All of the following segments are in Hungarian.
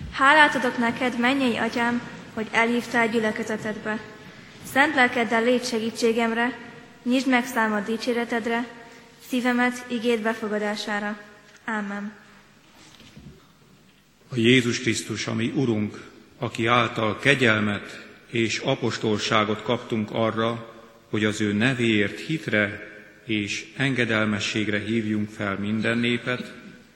Hálát adok neked, mennyei atyám, hogy elhívtál gyülekezetedbe. Szent lelkeddel légy segítségemre, nyisd meg számad dicséretedre, szívemet igéd befogadására. Ámen. A Jézus Krisztus, ami Urunk, aki által kegyelmet és apostolságot kaptunk arra, hogy az ő nevéért hitre és engedelmességre hívjunk fel minden népet,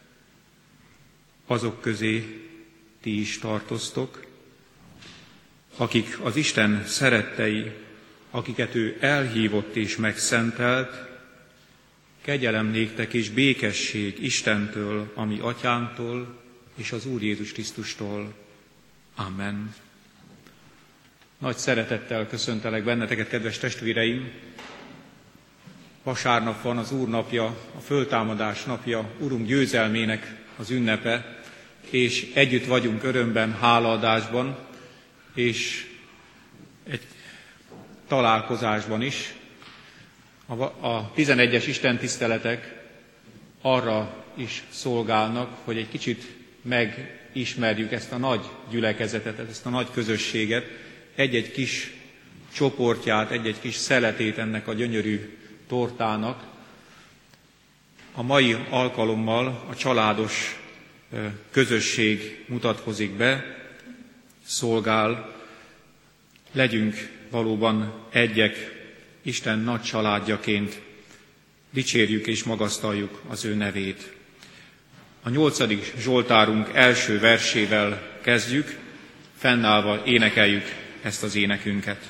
azok közé ti is tartoztok, akik az Isten szerettei, akiket ő elhívott és megszentelt, kegyelem néktek és békesség Istentől, a mi atyánktól és az Úr Jézus Krisztustól. Amen. Nagy szeretettel köszöntelek benneteket, kedves testvéreim! Vasárnap van az Úr napja, a föltámadás napja, Urunk győzelmének az ünnepe, és együtt vagyunk örömben, hálaadásban, és egy találkozásban is. A 11-es istentiszteletek arra is szolgálnak, hogy egy kicsit megismerjük ezt a nagy gyülekezetet, ezt a nagy közösséget, egy-egy kis csoportját, egy-egy kis szeletét ennek a gyönyörű tortának. A mai alkalommal a családos közösség mutatkozik be, szolgál. Legyünk valóban egyek, Isten nagy családjaként, dicsérjük és magasztaljuk az ő nevét. A 8. Zsoltárunk első versével kezdjük, fennállva énekeljük ezt az énekünket.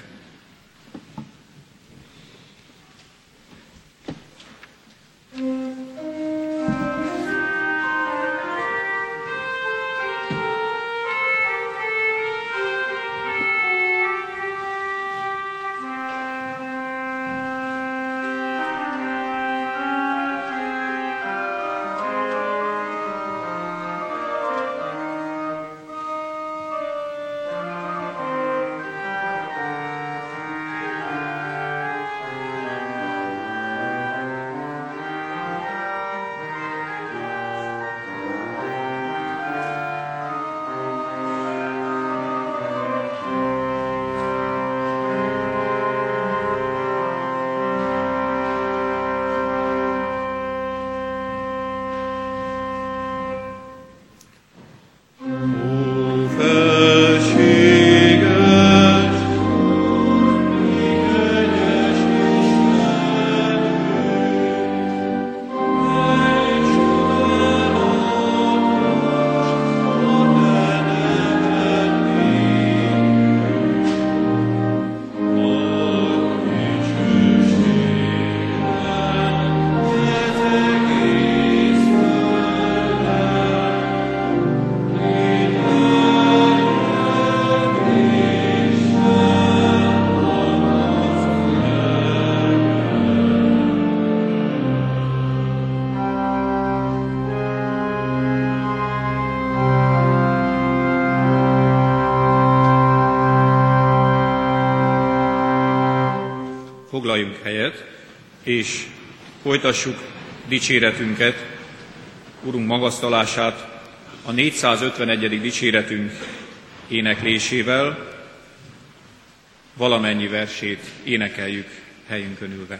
Foglaljunk helyet, és folytassuk dicséretünket, Urunk magasztalását a 451. dicséretünk éneklésével. Valamennyi versét énekeljük helyünkön ülve.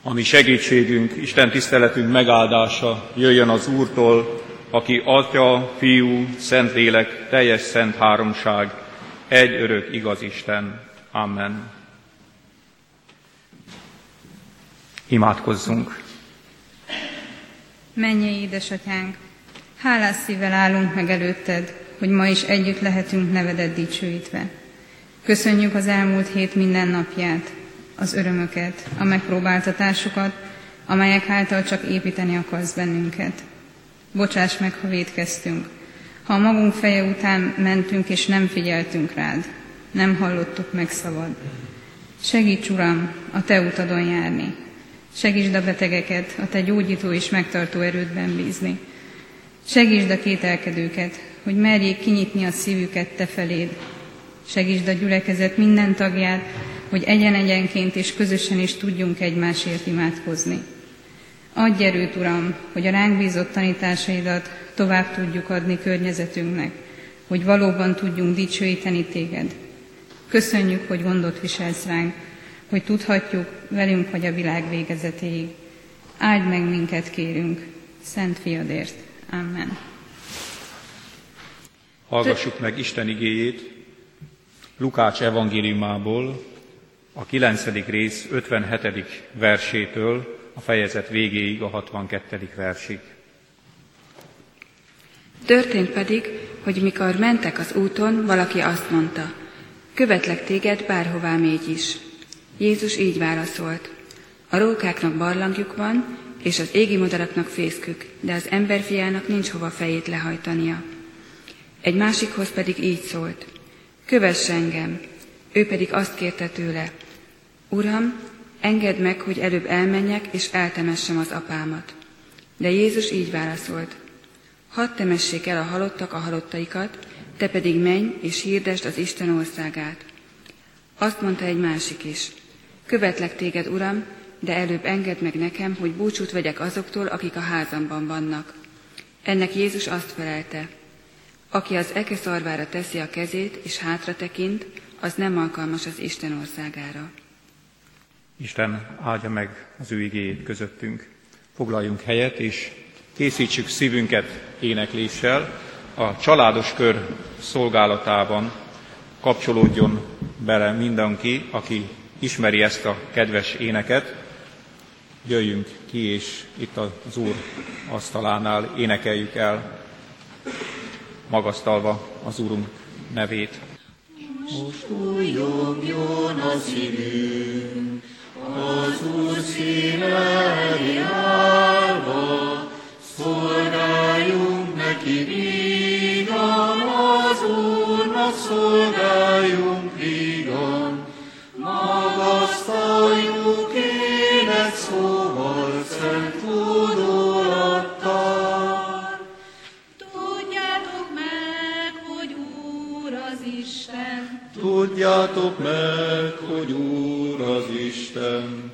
A mi segítségünk, Isten tiszteletünk megáldása jöjjön az Úrtól, aki Atya, Fiú, Szentlélek, teljes szent háromság, egy örök igaz Isten. Amen. Imádkozzunk! Mennyei édesatyánk, hálás szívvel állunk meg előtted, hogy ma is együtt lehetünk nevedet dicsőítve. Köszönjük az elmúlt hét minden napját, az örömöket, a megpróbáltatásokat, amelyek által csak építeni akarsz bennünket. Bocsáss meg, ha vétkeztünk, ha a magunk feje után mentünk és nem figyeltünk rád, nem hallottuk meg szavad. Segíts, Uram, a te utadon járni. Segítsd a betegeket, a te gyógyító és megtartó erődben bízni. Segítsd a kételkedőket, hogy merjék kinyitni a szívüket te feléd. Segítsd a gyülekezet minden tagját, hogy egyen-egyenként és közösen is tudjunk egymásért imádkozni. Adj erőt, Uram, hogy a ránk bízott tanításaidat tovább tudjuk adni környezetünknek, hogy valóban tudjunk dicsőíteni téged. Köszönjük, hogy gondot viselsz ránk, hogy tudhatjuk, velünk vagy a világ végezetéig. Áld meg minket, kérünk, Szent Fiadért. Amen. Hallgassuk meg Isten igéjét Lukács evangéliumából, a 9. rész 57. versétől a fejezet végéig, a 62. versig. Történt pedig, hogy mikor mentek az úton, valaki azt mondta, követlek téged, bárhová mégy is. Jézus így válaszolt, a rókáknak barlangjuk van, és az égi madaraknak fészkük, de az emberfiának nincs hova fejét lehajtania. Egy másikhoz pedig így szólt, kövess engem. Ő pedig azt kérte tőle, Uram, engedd meg, hogy előbb elmenjek, és eltemessem az apámat. De Jézus így válaszolt, hadd temessék el a halottak a halottaikat, te pedig menj, és hirdesd az Isten országát. Azt mondta egy másik is, követlek téged, Uram, de előbb engedd meg nekem, hogy búcsút vegyek azoktól, akik a házamban vannak. Ennek Jézus azt felelte, aki az eke szarvára teszi a kezét, és hátra tekint, az nem alkalmas az Isten országára. Isten áldja meg az ő igéjét közöttünk. Foglaljunk helyet, és készítsük szívünket énekléssel. A családos kör szolgálatában kapcsolódjon bele mindenki, aki ismeri ezt a kedves éneket. Jöjjünk ki, és itt az Úr asztalánál énekeljük el, magasztalva az Úrunk nevét. Most újjongjon a szívünk, az Úr színe elé állva, szolgáljunk neki vígan, az Úrnak szolgáljunk vígan, magasztaljuk ének szóval, szent tudolattal. Tudjátok meg, hogy Úr az Isten. Tudjátok meg, hogy Úr az Isten.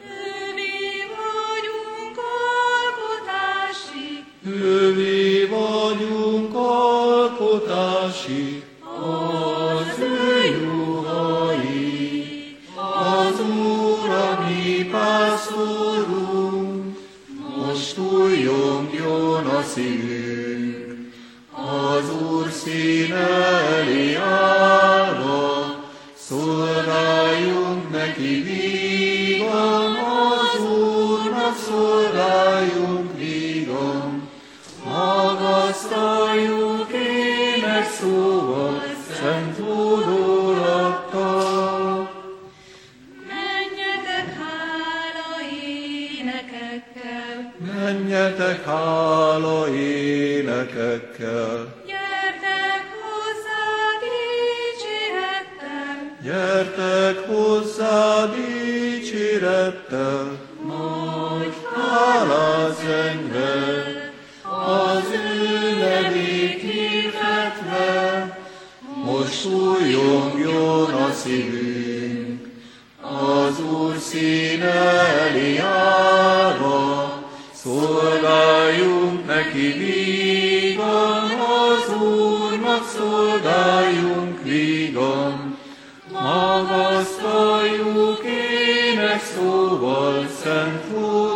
Ővé vagyunk alkotási, az ő juhai, az Úr a mi pásztorunk, most újjongjon a szívünk, az Úr színe elé állva, szolgáljunk neki vígan, az Úrnak szolgáljunk vígan. Magasztaljuk ének szóval, szent tudolattal. Menjetek hála énekekkel. Menjetek hála énekekkel. Gyertek hozzá dicsérettel. Gyertek hozzá dicsérettel. Nagy hálát zengve, az ő nevét hirdetve, most újjongjon a szívünk, az Úr színe elé állva, szolgáljunk neki vígan, az Úrnak szolgáljunk vígan, magasztaljuk ének szóval, szent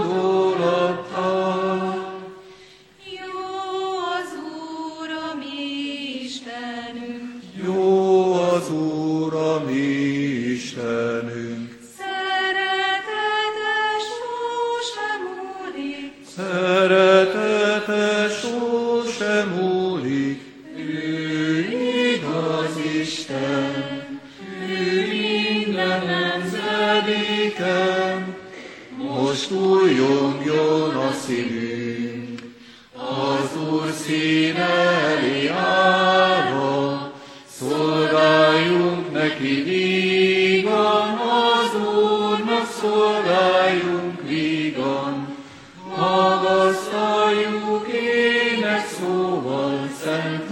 múlik, ő igaz Isten, ő minden nemzedéken, most újjongjon a szívünk, az Úr színe elé állva, szolgáljunk neki vígan, az Úrnak szolgáljunk vígan, magasztaljuk ének szóval, szent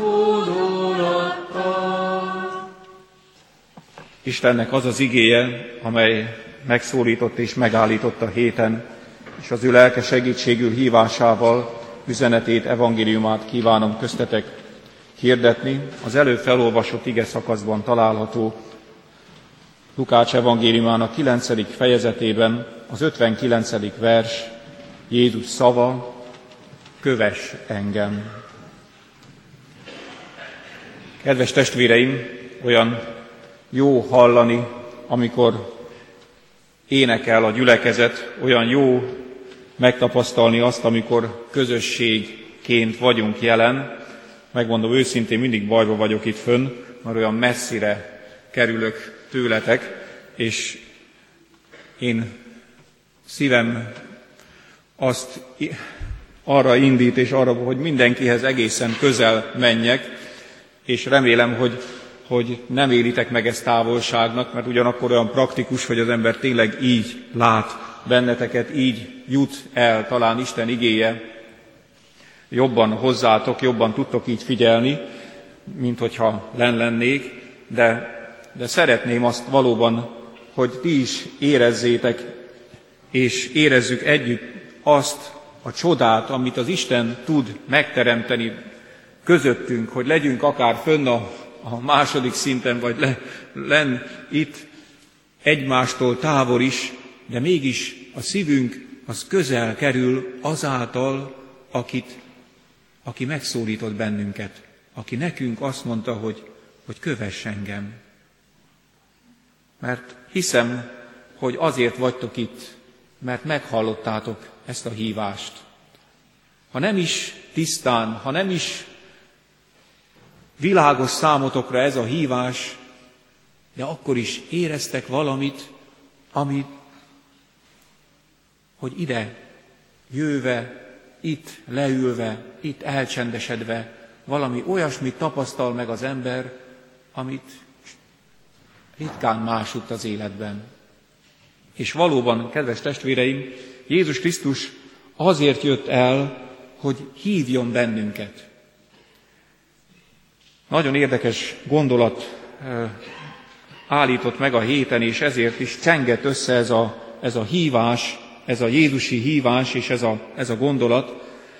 hódolattal. Istennek az az igéje, amely megszólított és megállított a héten, és az ő lelke segítségül hívásával üzenetét, evangéliumát kívánom köztetek hirdetni. Az előbb felolvasott ige szakaszban található Lukács evangéliumának 9. fejezetében az 59. vers, Jézus szava, kövess engem. Kedves testvéreim, olyan jó hallani, amikor énekel a gyülekezet, olyan jó megtapasztalni azt, amikor közösségként vagyunk jelen. Megmondom őszintén, mindig bajba vagyok itt fönn, mert olyan messzire kerülök tőletek, és én szívem azt arra indít, és arra, hogy mindenkihez egészen közel menjek, és remélem, hogy nem élitek meg ezt távolságnak, mert ugyanakkor olyan praktikus, hogy az ember tényleg így lát benneteket, így jut el talán Isten igéje jobban hozzátok, jobban tudtok így figyelni, mint hogyha lennék, de szeretném azt valóban, hogy ti is érezzétek, és érezzük együtt azt a csodát, amit az Isten tud megteremteni közöttünk, hogy legyünk akár fönn a második szinten, vagy lenn itt egymástól távol is, de mégis a szívünk az közel kerül azáltal, aki megszólított bennünket, aki nekünk azt mondta, hogy kövess engem. Mert hiszem, hogy azért vagytok itt, mert meghallottátok ezt a hívást. Ha nem is tisztán, ha nem is világos számotokra ez a hívás, de akkor is éreztek valamit, hogy ide jöve, itt leülve, itt elcsendesedve, valami olyasmit tapasztal meg az ember, amit ritkán másutt az életben. És valóban, kedves testvéreim, Jézus Krisztus azért jött el, hogy hívjon bennünket. Nagyon érdekes gondolat állított meg a héten, és ezért is csengett össze ez a hívás, ez a jézusi hívás, és ez a gondolat.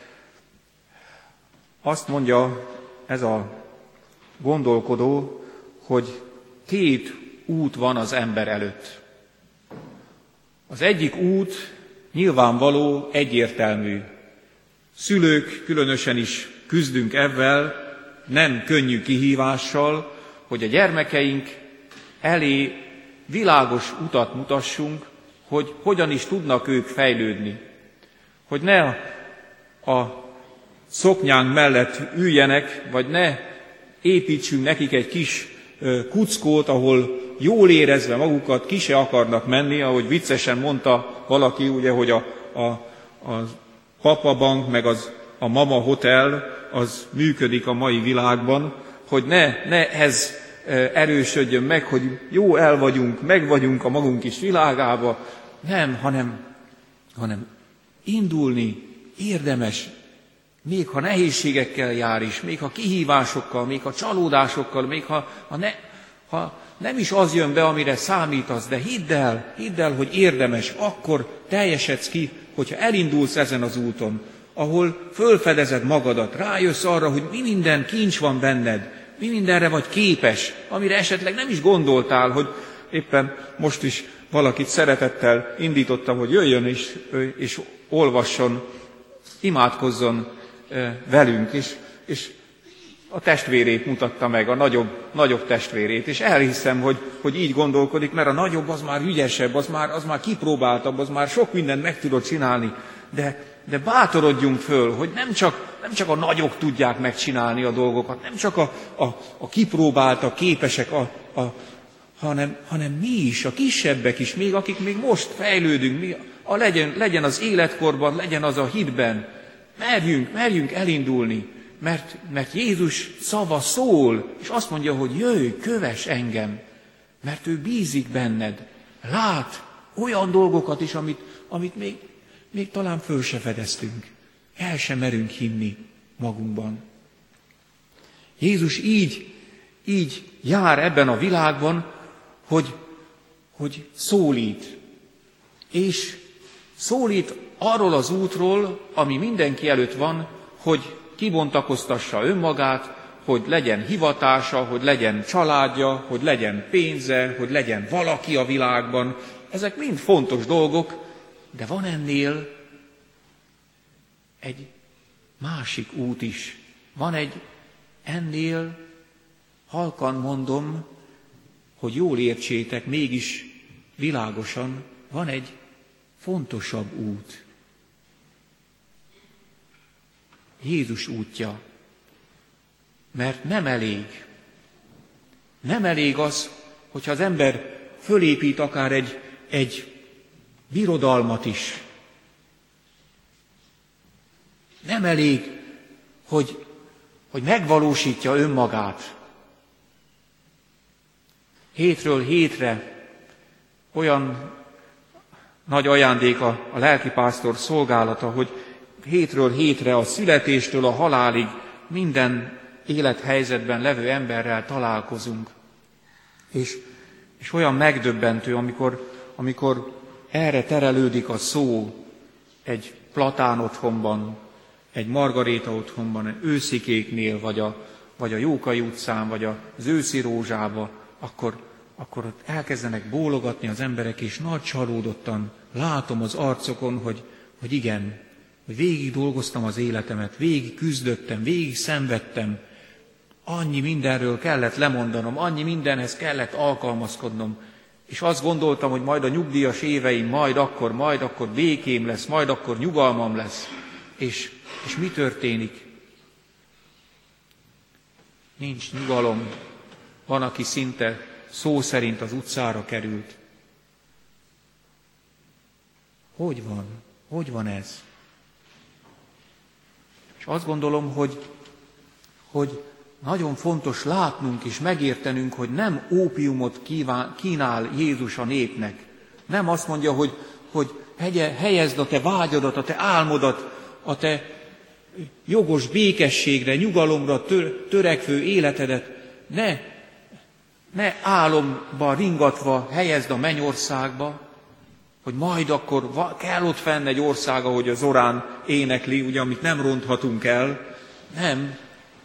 Azt mondja ez a gondolkodó, hogy 2 út van az ember előtt. Az egyik út nyilvánvaló, egyértelmű. Szülők különösen is küzdünk ezzel, nem könnyű kihívással, hogy a gyermekeink elé világos utat mutassunk, hogy hogyan is tudnak ők fejlődni. Hogy ne a szoknyánk mellett üljenek, vagy ne építsünk nekik egy kis kuckót, ahol jól érezve magukat ki se akarnak menni, ahogy viccesen mondta valaki, ugye, hogy a papabank, meg a mama hotel, az működik a mai világban, hogy ne ez erősödjön meg, hogy jó el vagyunk, meg vagyunk a magunk kis világába. Nem, hanem indulni érdemes, még ha nehézségekkel jár is, még ha kihívásokkal, még ha csalódásokkal, még ha nem is az jön be, amire számítasz, de hidd el, hogy érdemes, akkor teljesedsz ki, hogyha elindulsz ezen az úton, ahol fölfedezed magadat, rájössz arra, hogy mi minden kincs van benned, mi mindenre vagy képes, amire esetleg nem is gondoltál, hogy éppen most is valakit szeretettel indítottam, hogy jöjjön és olvasson, imádkozzon velünk, és a testvérét mutatta meg, a nagyobb testvérét, és elhiszem, hogy így gondolkodik, mert a nagyobb az már ügyesebb, az már kipróbáltabb, az már sok mindent meg tudod csinálni, de bátorodjunk föl, hogy nem csak a nagyok tudják megcsinálni a dolgokat, nem csak a kipróbáltak, képesek, hanem mi is, a kisebbek is, még akik még most fejlődünk, legyen az életkorban, legyen az a hitben, merjünk elindulni, mert Jézus szava szól, és azt mondja, hogy jöjj, kövess engem, mert ő bízik benned, lát olyan dolgokat is, amit még talán föl se fedeztünk, el sem merünk hinni magunkban. Jézus így jár ebben a világban, hogy szólít, és szólít arról az útról, ami mindenki előtt van, hogy kibontakoztassa önmagát, hogy legyen hivatása, hogy legyen családja, hogy legyen pénze, hogy legyen valaki a világban. Ezek mind fontos dolgok, de van ennél egy másik út is. Van egy ennél, halkan mondom, hogy jól értsétek, mégis világosan, van egy fontosabb út. Jézus útja. Mert nem elég az, hogyha az ember fölépít akár egy birodalmat is. Nem elég, hogy megvalósítja önmagát. Hétről hétre olyan nagy ajándék a lelkipásztor szolgálata, hogy hétről hétre a születéstől a halálig minden élethelyzetben levő emberrel találkozunk. És olyan megdöbbentő, amikor erre terelődik a szó egy Platán otthonban, egy Margaréta otthonban, egy Őszikéknél, vagy a Jókai utcán, vagy az Őszi Rózsába, akkor ott elkezdenek bólogatni az emberek, és nagy csalódottan látom az arcokon, hogy igen, hogy végig dolgoztam az életemet, végig küzdöttem, végig szenvedtem, annyi mindenről kellett lemondanom, annyi mindenhez kellett alkalmazkodnom, és azt gondoltam, hogy majd a nyugdíjas éveim, majd akkor békém lesz, majd akkor nyugalmam lesz. És mi történik? Nincs nyugalom. Van, aki szinte szó szerint az utcára került. Hogy van? Hogy van ez? És azt gondolom, hogy nagyon fontos látnunk és megértenünk, hogy nem ópiumot kínál Jézus a népnek. Nem azt mondja, hogy helyezd a te vágyadat, a te álmodat, a te jogos békességre, nyugalomra törekvő életedet. Ne álomba ringatva helyezd a mennyországba, hogy majd akkor kell ott fenn egy ország, ahogy a Zorán énekli, ugye, amit nem ronthatunk el. Nem.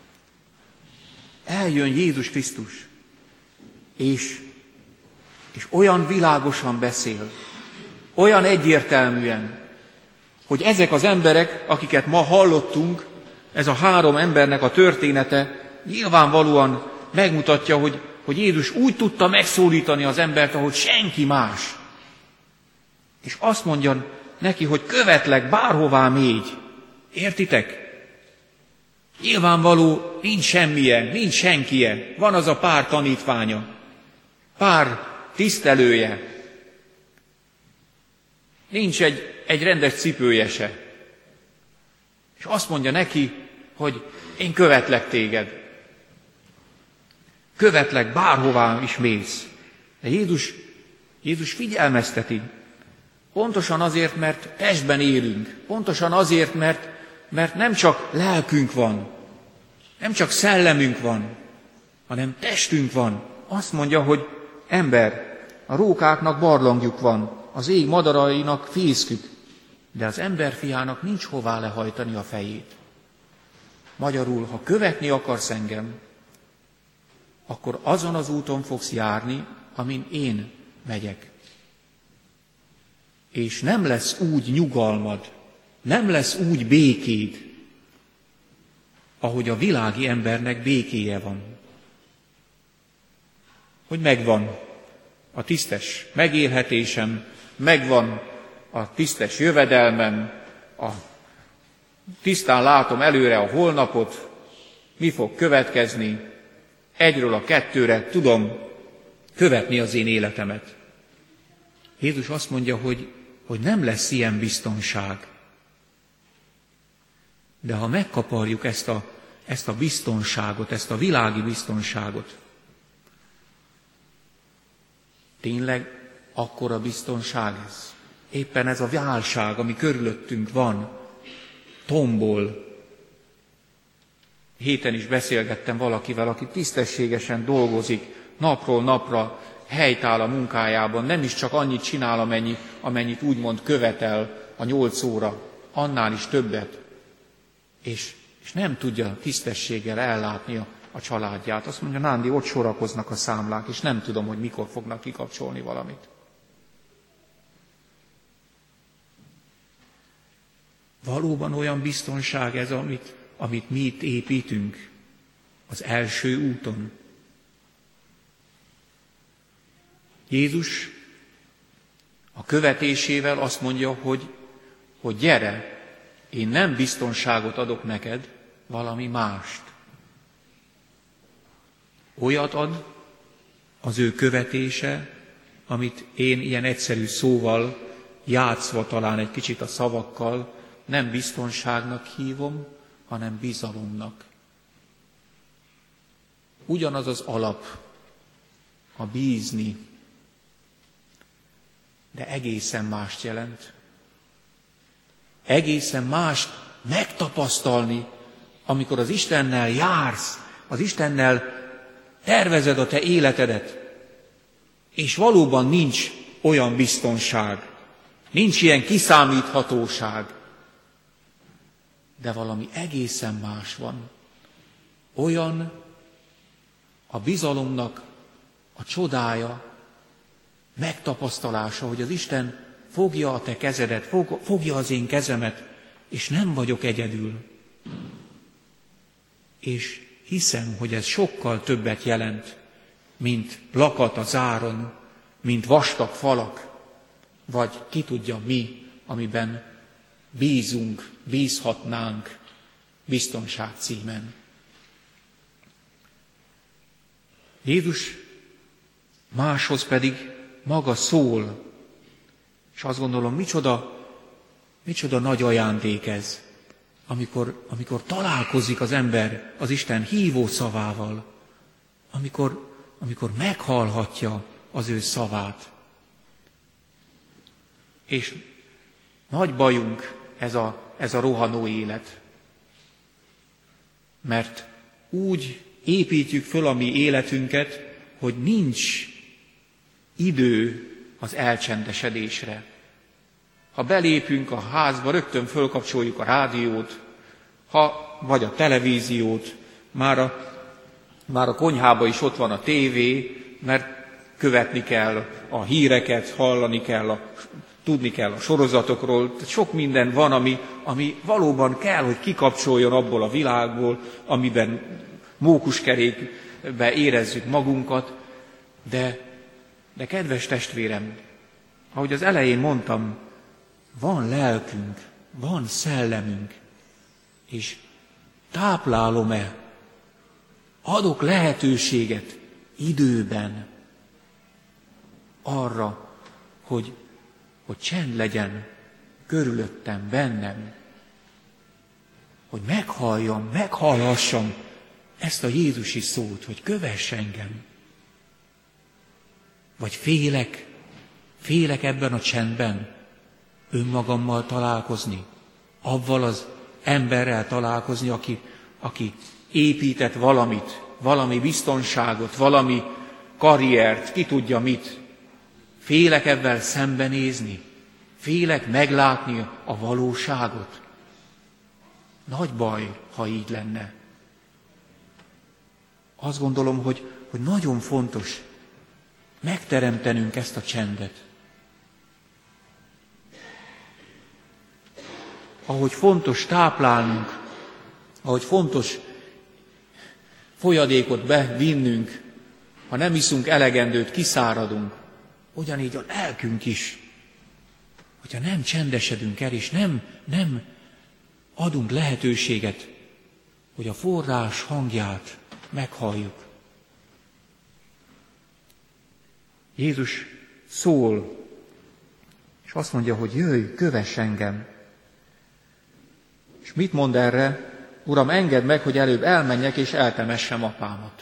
Eljön Jézus Krisztus, és olyan világosan beszél, olyan egyértelműen, hogy ezek az emberek, akiket ma hallottunk, ez a 3 embernek a története nyilvánvalóan megmutatja, hogy Jézus úgy tudta megszólítani az embert, ahogy senki más. És azt mondja neki, hogy követlek, bárhová mégy. Értitek? Nyilvánvaló, nincs semmije, nincs senkije. Van az a pár tanítványa, pár tisztelője. Nincs egy rendes cipője se. És azt mondja neki, hogy én követlek téged. Követlek, bárhová is mész. De Jézus figyelmezteti. Pontosan azért, mert testben élünk. Pontosan azért, mert nem csak lelkünk van, nem csak szellemünk van, hanem testünk van. Azt mondja, hogy ember, a rókáknak barlangjuk van, az ég madarainak fészkük, de az emberfiának nincs hová lehajtani a fejét. Magyarul, ha követni akarsz engem, akkor azon az úton fogsz járni, amin én megyek. És nem lesz úgy nyugalmad, nem lesz úgy békéd, ahogy a világi embernek békéje van. Hogy megvan a tisztes megélhetésem, megvan a tisztes jövedelmem, tisztán látom előre a holnapot, mi fog következni, 1-ről a 2-re tudom követni az én életemet. Jézus azt mondja, hogy nem lesz ilyen biztonság. De ha megkaparjuk ezt a biztonságot, ezt a világi biztonságot, tényleg akkora biztonság ez? Éppen ez a válság, ami körülöttünk van, tombol. Héten is beszélgettem valakivel, aki tisztességesen dolgozik, napról napra helytáll a munkájában, nem is csak annyit csinál, amennyit úgymond követel a 8 óra, annál is többet. És nem tudja tisztességgel ellátni a családját. Azt mondja, Nándi, ott sorakoznak a számlák, és nem tudom, hogy mikor fognak kikapcsolni valamit. Valóban olyan biztonság ez, amit mi itt építünk az első úton. Jézus a követésével azt mondja, hogy gyere, én nem biztonságot adok neked, valami mást. Olyat ad az ő követése, amit én ilyen egyszerű szóval, játszva talán egy kicsit a szavakkal, nem biztonságnak hívom, hanem bizalomnak. Ugyanaz az alap, a bízni, de egészen mást jelent. Egészen mást megtapasztalni, amikor az Istennel jársz, az Istennel tervezed a te életedet, és valóban nincs olyan biztonság, nincs ilyen kiszámíthatóság, de valami egészen más van. Olyan a bizalomnak a csodája, megtapasztalása, hogy az Isten fogja a te kezedet, fogja az én kezemet, és nem vagyok egyedül. És hiszem, hogy ez sokkal többet jelent, mint lakat a záron, mint vastag falak, vagy ki tudja mi, amiben bízunk, bízhatnánk biztonság címen. Jézus máshoz pedig maga szól, és azt gondolom, micsoda nagy ajándék ez, amikor találkozik az ember az Isten hívó szavával, amikor meghallhatja az ő szavát. És nagy bajunk ez a rohanó élet, mert úgy építjük föl a mi életünket, hogy nincs idő az elcsendesedésre. Ha belépünk a házba, rögtön fölkapcsoljuk a rádiót, vagy a televíziót, már a konyhában is ott van a tévé, mert követni kell a híreket, hallani kell, tudni kell a sorozatokról. Sok minden van, ami valóban kell, hogy kikapcsoljon abból a világból, amiben mókuskerékbe érezzük magunkat, de kedves testvérem, ahogy az elején mondtam, van lelkünk, van szellemünk, és táplálom-e, adok lehetőséget időben arra, hogy csend legyen körülöttem, bennem, hogy meghallhassam ezt a Jézusi szót, hogy kövess engem. Vagy félek ebben a csendben önmagammal találkozni, avval az emberrel találkozni, aki épített valami biztonságot, valami karriert, ki tudja mit. Félek ebben szembenézni, félek meglátni a valóságot. Nagy baj, ha így lenne. Azt gondolom, hogy nagyon fontos megteremtenünk ezt a csendet. Ahogy fontos táplálnunk, ahogy fontos folyadékot bevinnünk, ha nem iszunk elegendőt, kiszáradunk, ugyanígy a lelkünk is, hogyha nem csendesedünk el, és nem adunk lehetőséget, hogy a forrás hangját meghalljuk. Jézus szól, és azt mondja, hogy jöjj, kövess engem. És mit mond erre? Uram, engedd meg, hogy előbb elmenjek és eltemessem apámat.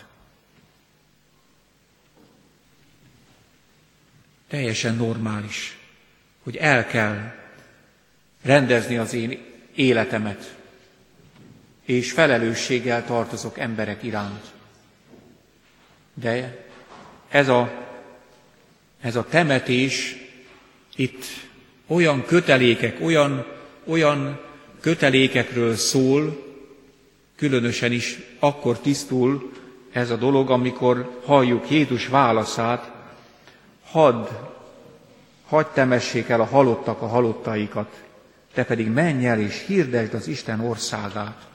Teljesen normális, hogy el kell rendezni az én életemet, és felelősséggel tartozok emberek iránt. De ez a temetés itt olyan kötelékekről szól, különösen is akkor tisztul ez a dolog, amikor halljuk Jézus válaszát, hadd temessék el a halottak a halottaikat, te pedig menj el és hirdesd az Isten országát.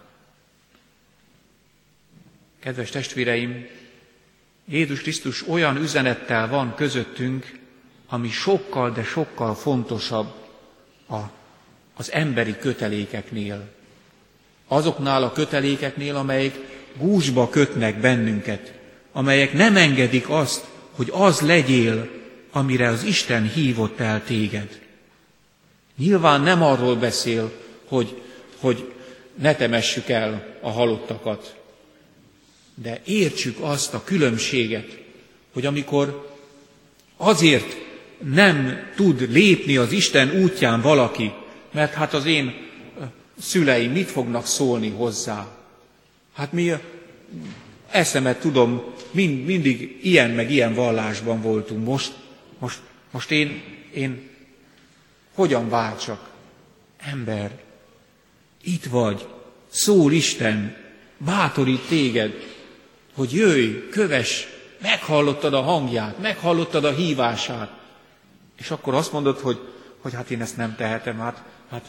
Kedves testvéreim, Jézus Krisztus olyan üzenettel van közöttünk, ami sokkal, de sokkal fontosabb az emberi kötelékeknél. Azoknál a kötelékeknél, amelyek gúzsba kötnek bennünket, amelyek nem engedik azt, hogy az legyél, amire az Isten hívott el téged. Nyilván nem arról beszél, hogy ne temessük el a halottakat, de értsük azt a különbséget, hogy amikor azért nem tud lépni az Isten útján valaki, mert hát az én szüleim mit fognak szólni hozzá? Hát mi eszemet tudom, mindig ilyen meg ilyen vallásban voltunk. Most én hogyan váltsak? Ember, itt vagy, szól Isten, bátorít téged, hogy jöjj, kövess, meghallottad a hangját, meghallottad a hívását, és akkor azt mondod, hogy hát én ezt nem tehetem, hát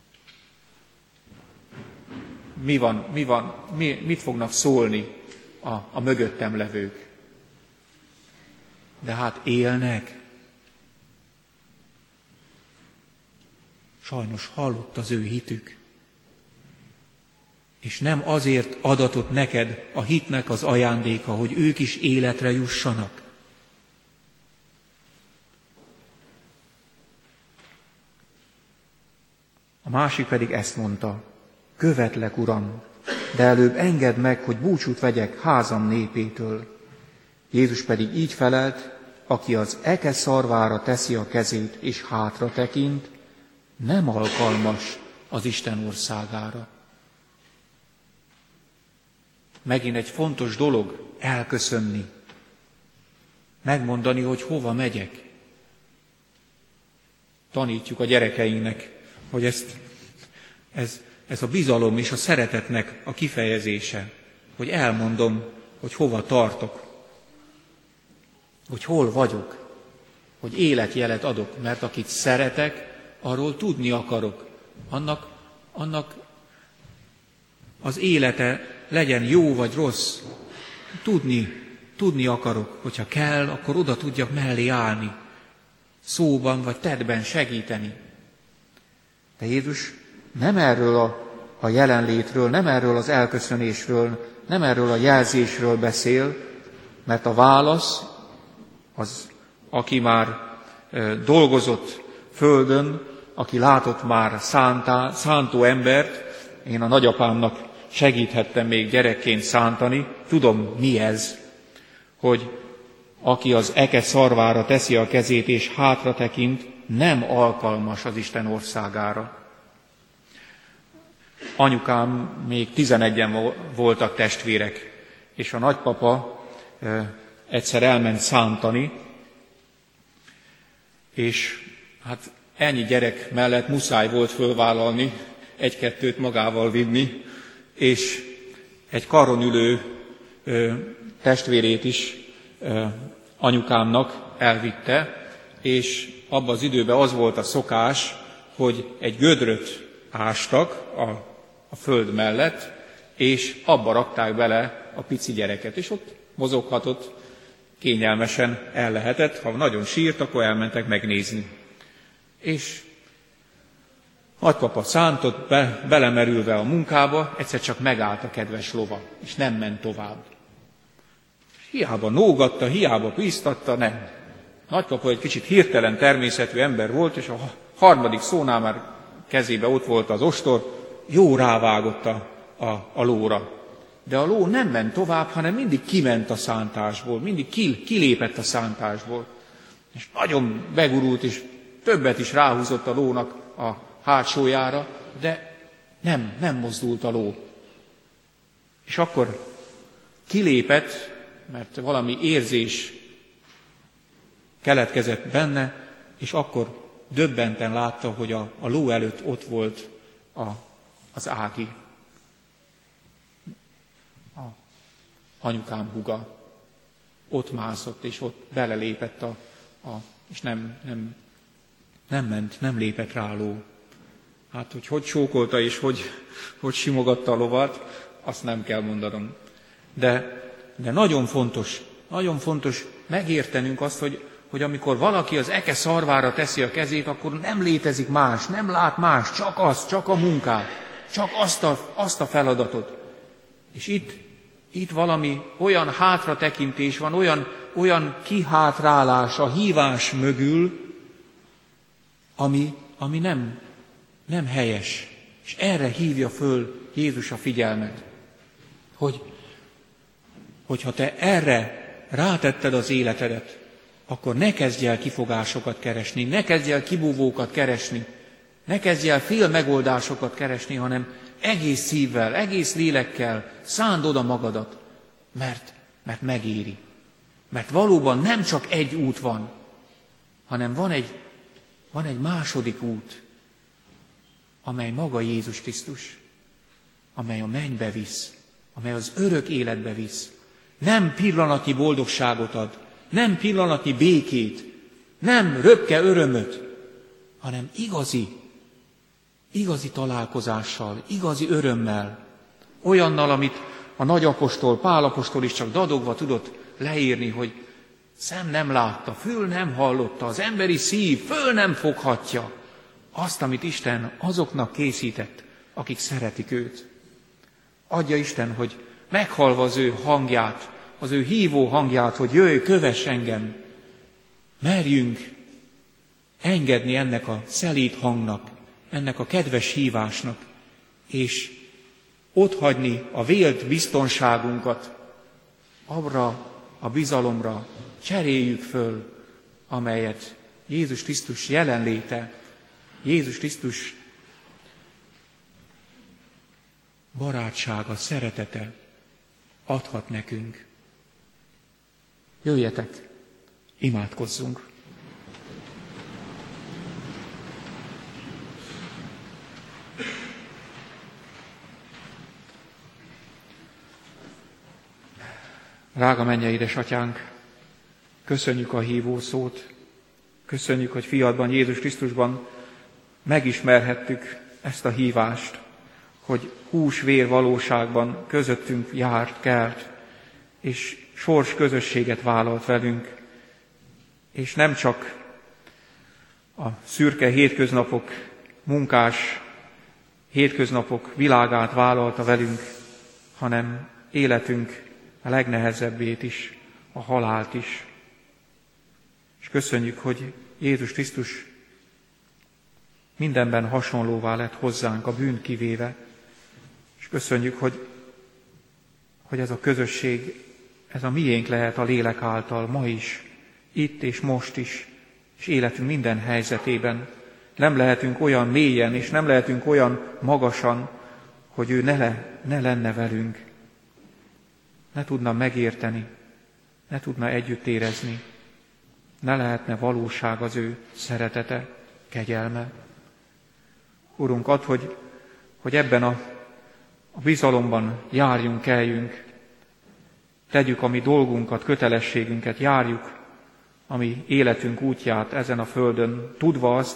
mit fognak szólni a mögöttem levők? De hát élnek. Sajnos halott az ő hitük. És nem azért adatott neked a hitnek az ajándéka, hogy ők is életre jussanak. A másik pedig ezt mondta, követlek, Uram, de előbb engedd meg, hogy búcsút vegyek házam népétől. Jézus pedig így felelt, aki az eke szarvára teszi a kezét és hátra tekint, nem alkalmas az Isten országára. Megint egy fontos dolog elköszönni, megmondani, hogy hova megyek. Tanítjuk a gyerekeinknek, hogy ez a bizalom és a szeretetnek a kifejezése, hogy elmondom, hogy hova tartok, hogy hol vagyok, hogy életjelet adok, mert akit szeretek, arról tudni akarok. Annak az élete legyen jó vagy rossz. Tudni akarok, hogyha kell, akkor oda tudjak mellé állni. Szóban vagy tettben segíteni. De Jézus nem erről a jelenlétről, nem erről az elköszönésről, nem erről a jelzésről beszél, mert a válasz, az, aki már dolgozott földön, aki látott már szántó embert, én a nagyapámnak segíthettem még gyerekként szántani, tudom mi ez, hogy aki az eke szarvára teszi a kezét és hátra tekint, nem alkalmas az Isten országára. Anyukám még 11-en voltak testvérek, és a nagypapa egyszer elment szántani, és hát ennyi gyerek mellett muszáj volt fölvállalni, egy-kettőt magával vinni, és egy karon ülő testvérét is anyukámnak elvitte, és abban az időben az volt a szokás, hogy egy gödröt ástak a föld mellett, és abba rakták bele a pici gyereket, és ott mozoghatott, kényelmesen el lehetett, ha nagyon sírt, akkor elmentek megnézni. És Nagypapa szántott, belemerülve a munkába, egyszer csak megállt a kedves lova, és nem ment tovább. Hiába nógatta, hiába bíztatta, nem. Nagypapa egy kicsit hirtelen természetű ember volt, és a harmadik szónál már kezébe ott volt az ostor, jó rávágott a lóra. De a ló nem ment tovább, hanem mindig kiment a szántásból, mindig kilépett a szántásból. És nagyon begurult, és többet is ráhúzott a lónak a hátsójára, de nem mozdult a ló. És akkor kilépett, mert valami érzés keletkezett benne, és akkor döbbenten látta, hogy a ló előtt ott volt az Ági, anyukám húga. Ott mászott, és ott belelépett és nem ment, nem lépett rá a ló. Hát, hogy csókolta, és hogy simogatta a lovat, azt nem kell mondanom. De nagyon fontos megértenünk azt, hogy amikor valaki az eke szarvára teszi a kezét, akkor nem létezik más, nem lát más, csak a munkát, csak azt a feladatot. És itt valami olyan hátratekintés van, olyan kihátrálás a hívás mögül, ami nem helyes. És erre hívja föl Jézus a figyelmet, hogyha te erre rátetted az életedet, akkor ne kezdj el kifogásokat keresni, ne kezdj el kibúvókat keresni, ne kezdj el fél megoldásokat keresni, hanem egész szívvel, egész lélekkel szánd oda magadat, mert megéri. Mert valóban nem csak egy út van, hanem van egy második út, amely maga Jézus Krisztus, amely a mennybe visz, amely az örök életbe visz. Nem pillanatnyi boldogságot ad, nem pillanatnyi békét, nem röpke örömöt, hanem igazi találkozással, igazi örömmel, olyannal, amit a nagyapostol, Pál apostol is csak dadogva tudott leírni, hogy szem nem látta, fül nem hallotta, az emberi szív föl nem foghatja azt, amit Isten azoknak készített, akik szeretik őt. Adja Isten, hogy meghallva az ő hangját, az ő hívó hangját, hogy jöjj, kövess engem, merjünk engedni ennek a szelíd hangnak, ennek a kedves hívásnak, és otthagyni a vélt biztonságunkat, arra a bizalomra cseréljük föl, amelyet Jézus Krisztus jelenléte, Jézus Krisztus barátsága, szeretete adhat nekünk. Jöjjetek, imádkozzunk! Drága mennyei édesatyánk, köszönjük a hívó szót, köszönjük, hogy fiadban, Jézus Krisztusban megismerhettük ezt a hívást, hogy hús-vér valóságban közöttünk járt, kelt, és sors közösséget vállalt velünk, és nem csak a szürke hétköznapok, munkás hétköznapok világát vállalta velünk, hanem életünk a legnehezebbét is, a halált is. És köszönjük, hogy Jézus Krisztus mindenben hasonlóvá lett hozzánk, a bűnt kivéve, és köszönjük, hogy ez a közösség, ez a miénk lehet a lélek által ma is, itt és most is, és életünk minden helyzetében. Nem lehetünk olyan mélyen, és nem lehetünk olyan magasan, hogy ő ne lenne velünk, ne tudna megérteni, ne tudna együtt érezni, ne lehetne valóság az ő szeretete, kegyelme. Urunk, add, hogy ebben a bizalomban járjunk, keljünk, tegyük a mi dolgunkat, kötelességünket, járjuk a mi életünk útját ezen a földön, tudva azt,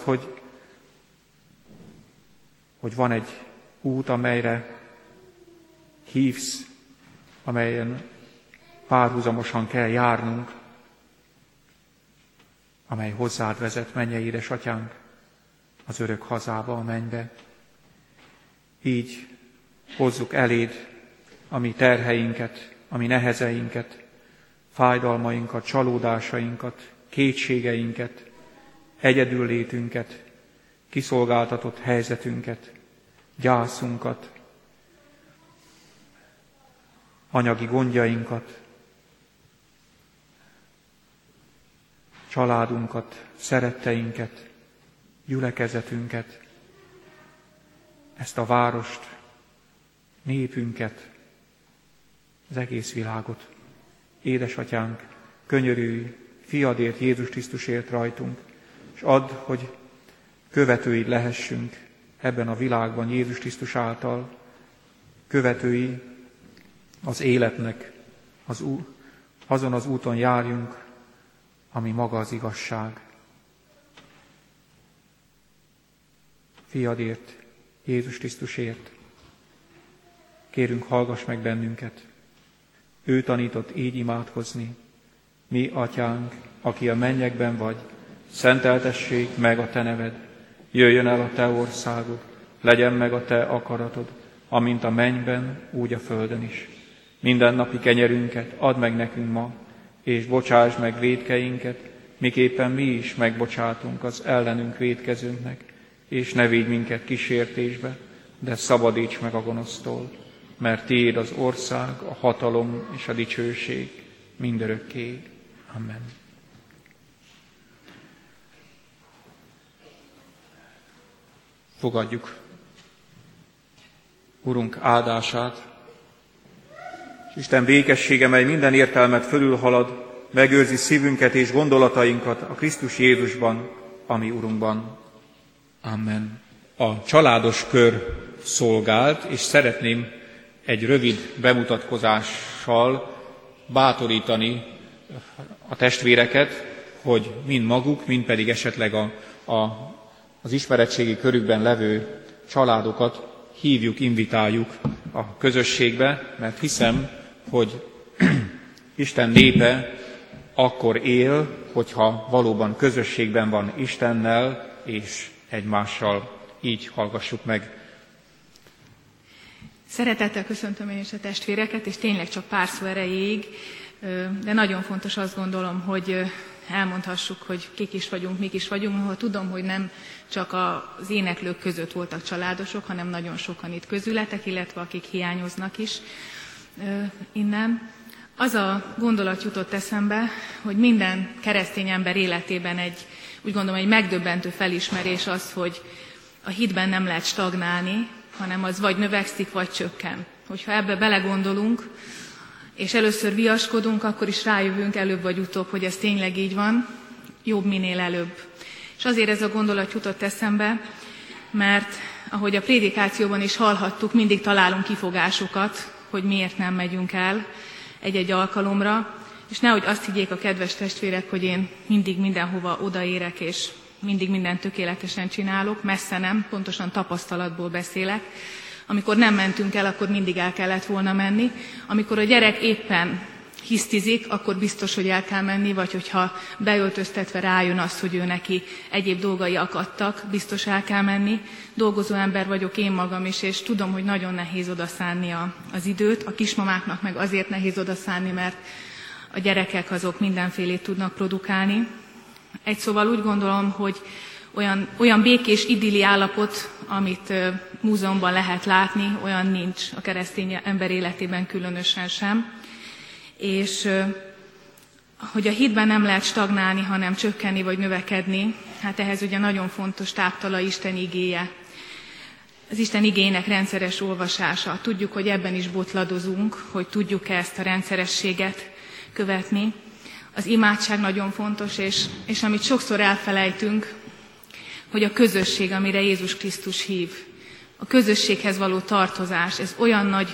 hogy van egy út, amelyre hívsz, amelyen párhuzamosan kell járnunk, amely hozzád vezet, mennyei édesatyánk. az örök hazába, a mennybe. Így hozzuk eléd a mi terheinket, a mi nehezeinket, fájdalmainkat, csalódásainkat, kétségeinket, egyedüllétünket, kiszolgáltatott helyzetünket, gyászunkat, anyagi gondjainkat, családunkat, szeretteinket, gyülekezetünket, ezt a várost, népünket, az egész világot. Édesatyánk, könyörülj fiadért, Jézus Krisztusért rajtunk, és add, hogy követőid lehessünk ebben a világban Jézus Krisztus által, követői az életnek, azon az úton járjunk, ami maga az igazság. Fiadért, Jézus Krisztusért, kérünk, hallgass meg bennünket. Ő tanított így imádkozni. Mi, Atyánk, aki a mennyekben vagy, szenteltessék meg a Te neved. Jöjjön el a Te országod, legyen meg a Te akaratod, amint a mennyben, úgy a földön is. Mindennapi kenyerünket add meg nekünk ma, és bocsásd meg vétkeinket, miképpen mi is megbocsátunk az ellenünk vétkezőnknek, és ne védj minket kísértésbe, de szabadíts meg a gonosztól, mert Tiéd az ország, a hatalom és a dicsőség mindörökké. Amen. Fogadjuk Urunk áldását, és Isten békessége, mely minden értelmet fölülhalad, megőrzi szívünket és gondolatainkat a Krisztus Jézusban, a mi Urunkban. Amen. A családos kör szolgált, és szeretném egy rövid bemutatkozással bátorítani a testvéreket, hogy mind maguk, mind pedig esetleg az ismeretségi körükben levő családokat hívjuk, invitáljuk a közösségbe, mert hiszem, hogy Isten népe akkor él, hogyha valóban közösségben van Istennel és egymással. Így hallgassuk meg. Szeretettel köszöntöm én is a testvéreket, és tényleg csak pár szó erejéig, de nagyon fontos, azt gondolom, hogy elmondhassuk, hogy kik is vagyunk, mik is vagyunk, ha tudom, hogy nem csak az éneklők között voltak családosok, hanem nagyon sokan itt közületek, illetve akik hiányoznak is innen. Az a gondolat jutott eszembe, hogy minden keresztény ember életében úgy gondolom, egy megdöbbentő felismerés az, hogy a hitben nem lehet stagnálni, hanem az vagy növekszik, vagy csökken. Hogyha ebbe belegondolunk, és először viaskodunk, akkor is rájövünk előbb vagy utóbb, hogy ez tényleg így van, jobb minél előbb. És azért ez a gondolat jutott eszembe, mert ahogy a prédikációban is hallhattuk, mindig találunk kifogásokat, hogy miért nem megyünk el egy-egy alkalomra, és nehogy azt higgyék a kedves testvérek, hogy én mindig mindenhova odaérek, és mindig mindent tökéletesen csinálok, messze nem, pontosan tapasztalatból beszélek. Amikor nem mentünk el, akkor mindig el kellett volna menni. Amikor a gyerek éppen hisztizik, akkor biztos, hogy el kell menni, vagy hogyha beöltöztetve rájön az, hogy ő neki egyéb dolgai akadtak, biztos el kell menni. Dolgozó ember vagyok én magam is, és tudom, hogy nagyon nehéz odaszánni az időt. A kismamáknak meg azért nehéz odaszánni, mert a gyerekek azok mindenfélét tudnak produkálni. Egy szóval úgy gondolom, hogy olyan békés, idilli állapot, amit múzeumban lehet látni, olyan nincs a keresztény ember életében különösen sem. És hogy a hitben nem lehet stagnálni, hanem csökkenni vagy növekedni, hát ehhez ugye nagyon fontos táptala Isten igéje. Az Isten igének rendszeres olvasása. Tudjuk, hogy ebben is botladozunk, hogy tudjuk-e ezt a rendszerességet követni. Az imádság nagyon fontos, és amit sokszor elfelejtünk, hogy a közösség, amire Jézus Krisztus hív, a közösséghez való tartozás, ez olyan nagy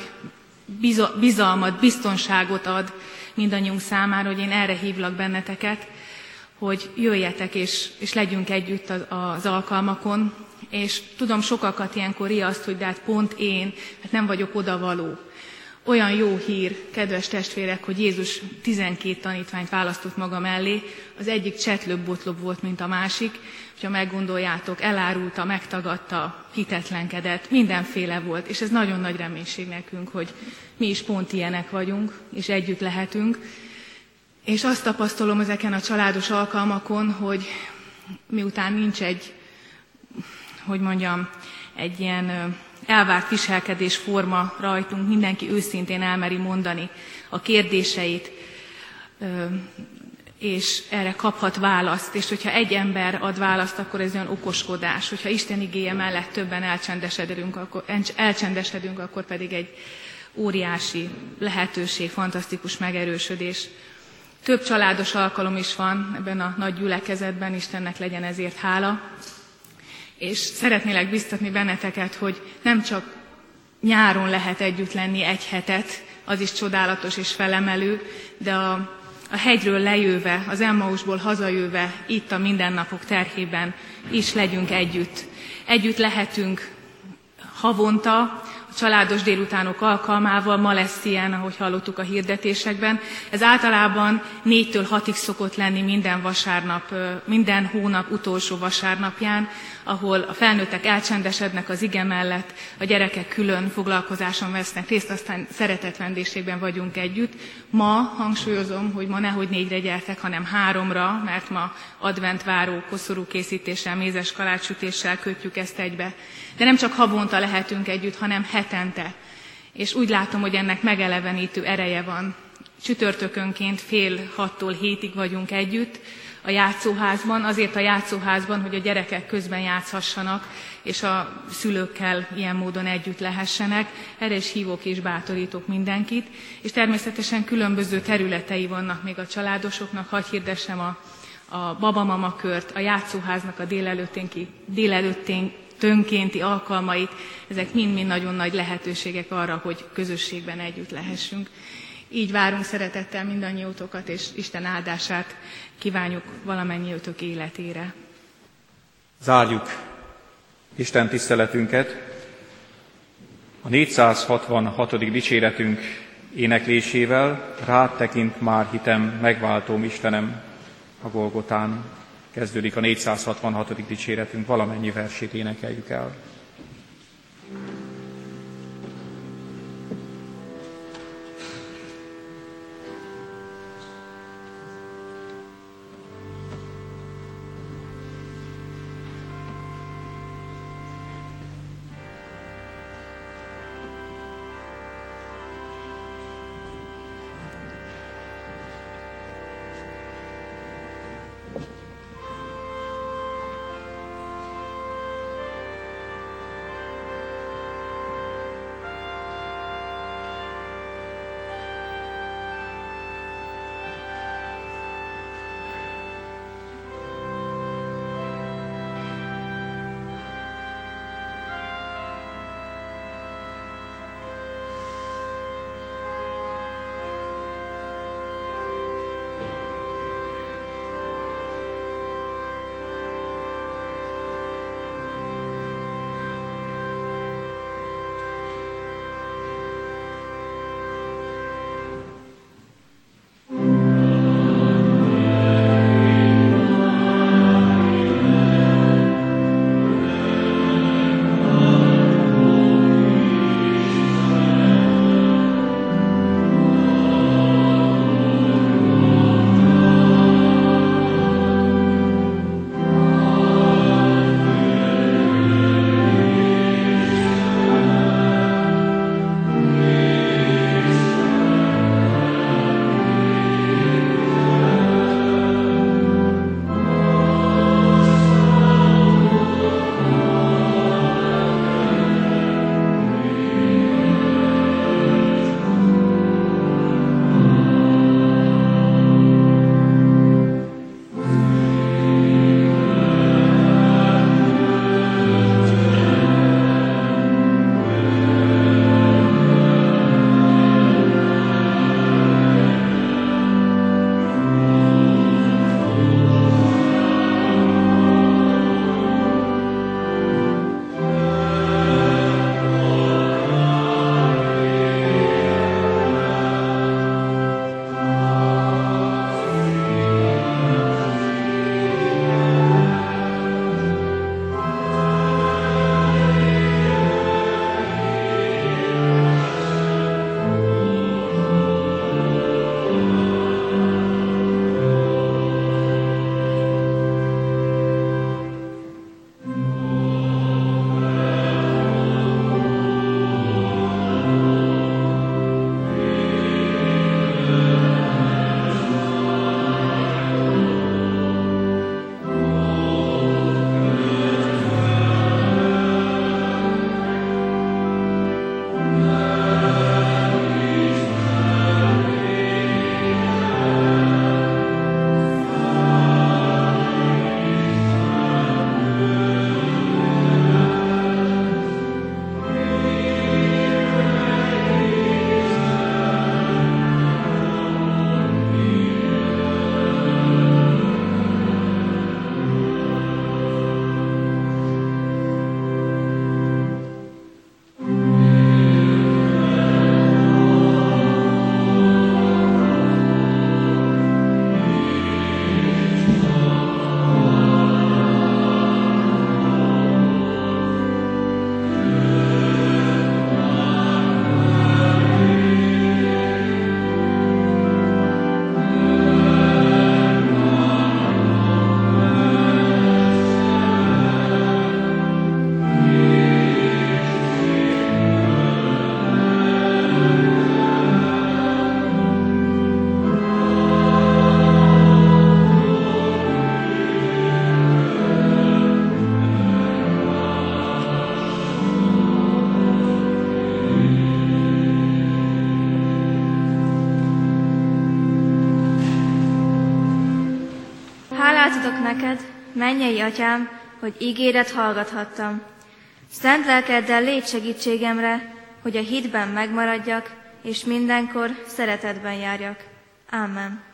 bizalmat, biztonságot ad mindannyiunk számára, hogy én erre hívlak benneteket, hogy jöjjetek és legyünk együtt az alkalmakon, és tudom, sokakat ilyenkor riaszt, hogy de hát pont én, hát nem vagyok odavaló. Olyan jó hír, kedves testvérek, hogy Jézus 12 tanítványt választott maga mellé, az egyik csetlőbb-botlóbb volt, mint a másik, hogyha meggondoljátok, elárulta, megtagadta, hitetlenkedett, mindenféle volt, és ez nagyon nagy reménység nekünk, hogy mi is pont ilyenek vagyunk, és együtt lehetünk. És azt tapasztalom ezeken a családos alkalmakon, hogy miután nincs egy ilyen elvárt viselkedésforma rajtunk, mindenki őszintén elmeri mondani a kérdéseit, és erre kaphat választ, és hogyha egy ember ad választ, akkor ez olyan okoskodás, hogyha Isten igéje mellett többen elcsendesedünk, akkor pedig egy óriási lehetőség, fantasztikus megerősödés. Több családos alkalom is van ebben a nagy gyülekezetben, Istennek legyen ezért hála. És szeretnélek biztatni benneteket, hogy nem csak nyáron lehet együtt lenni egy hetet, az is csodálatos és felemelő, de a hegyről lejöve, az Emmausból hazajöve, itt a mindennapok terhében is legyünk együtt. Együtt lehetünk havonta, a családos délutánok alkalmával, ma lesz ilyen, ahogy hallottuk a hirdetésekben. Ez általában 4-től 6-ig szokott lenni minden vasárnap, minden hónap utolsó vasárnapján, ahol a felnőttek elcsendesednek az ige mellett, a gyerekek külön foglalkozáson vesznek részt, aztán szeretett vendégségben vagyunk együtt. Ma hangsúlyozom, hogy ma nehogy 4-re gyertek, hanem 3-ra, mert ma adventváró, koszorú készítéssel, mézes kalácssütéssel kötjük ezt egybe. De nem csak havonta lehetünk együtt, hanem hetente. És úgy látom, hogy ennek megelevenítő ereje van. Csütörtökönként 5:30-tól 7-ig vagyunk együtt a játszóházban, azért a játszóházban, hogy a gyerekek közben játszhassanak, és a szülőkkel ilyen módon együtt lehessenek. Erre is hívok és bátorítok mindenkit. És természetesen különböző területei vannak még a családosoknak. Hadd hirdessem a babamama kört, a játszóháznak a délelőttönkénti alkalmait, ezek mind-mind nagyon nagy lehetőségek arra, hogy közösségben együtt lehessünk. Így várunk szeretettel mindannyiótokat, és Isten áldását kívánjuk valamennyiőtök életére. Zárjuk Isten tiszteletünket. A 466. dicséretünk éneklésével: Rád tekint már hitem, megváltóm Istenem, a Golgotán. Kezdődik a 466. dicséretünk, valamennyi versét énekeljük el. neked, mennyei Atyám, hogy ígédet hallgathattam. Szent lelkeddel légy segítségemre, hogy a hitben megmaradjak, és mindenkor szeretetben járjak. Ámen.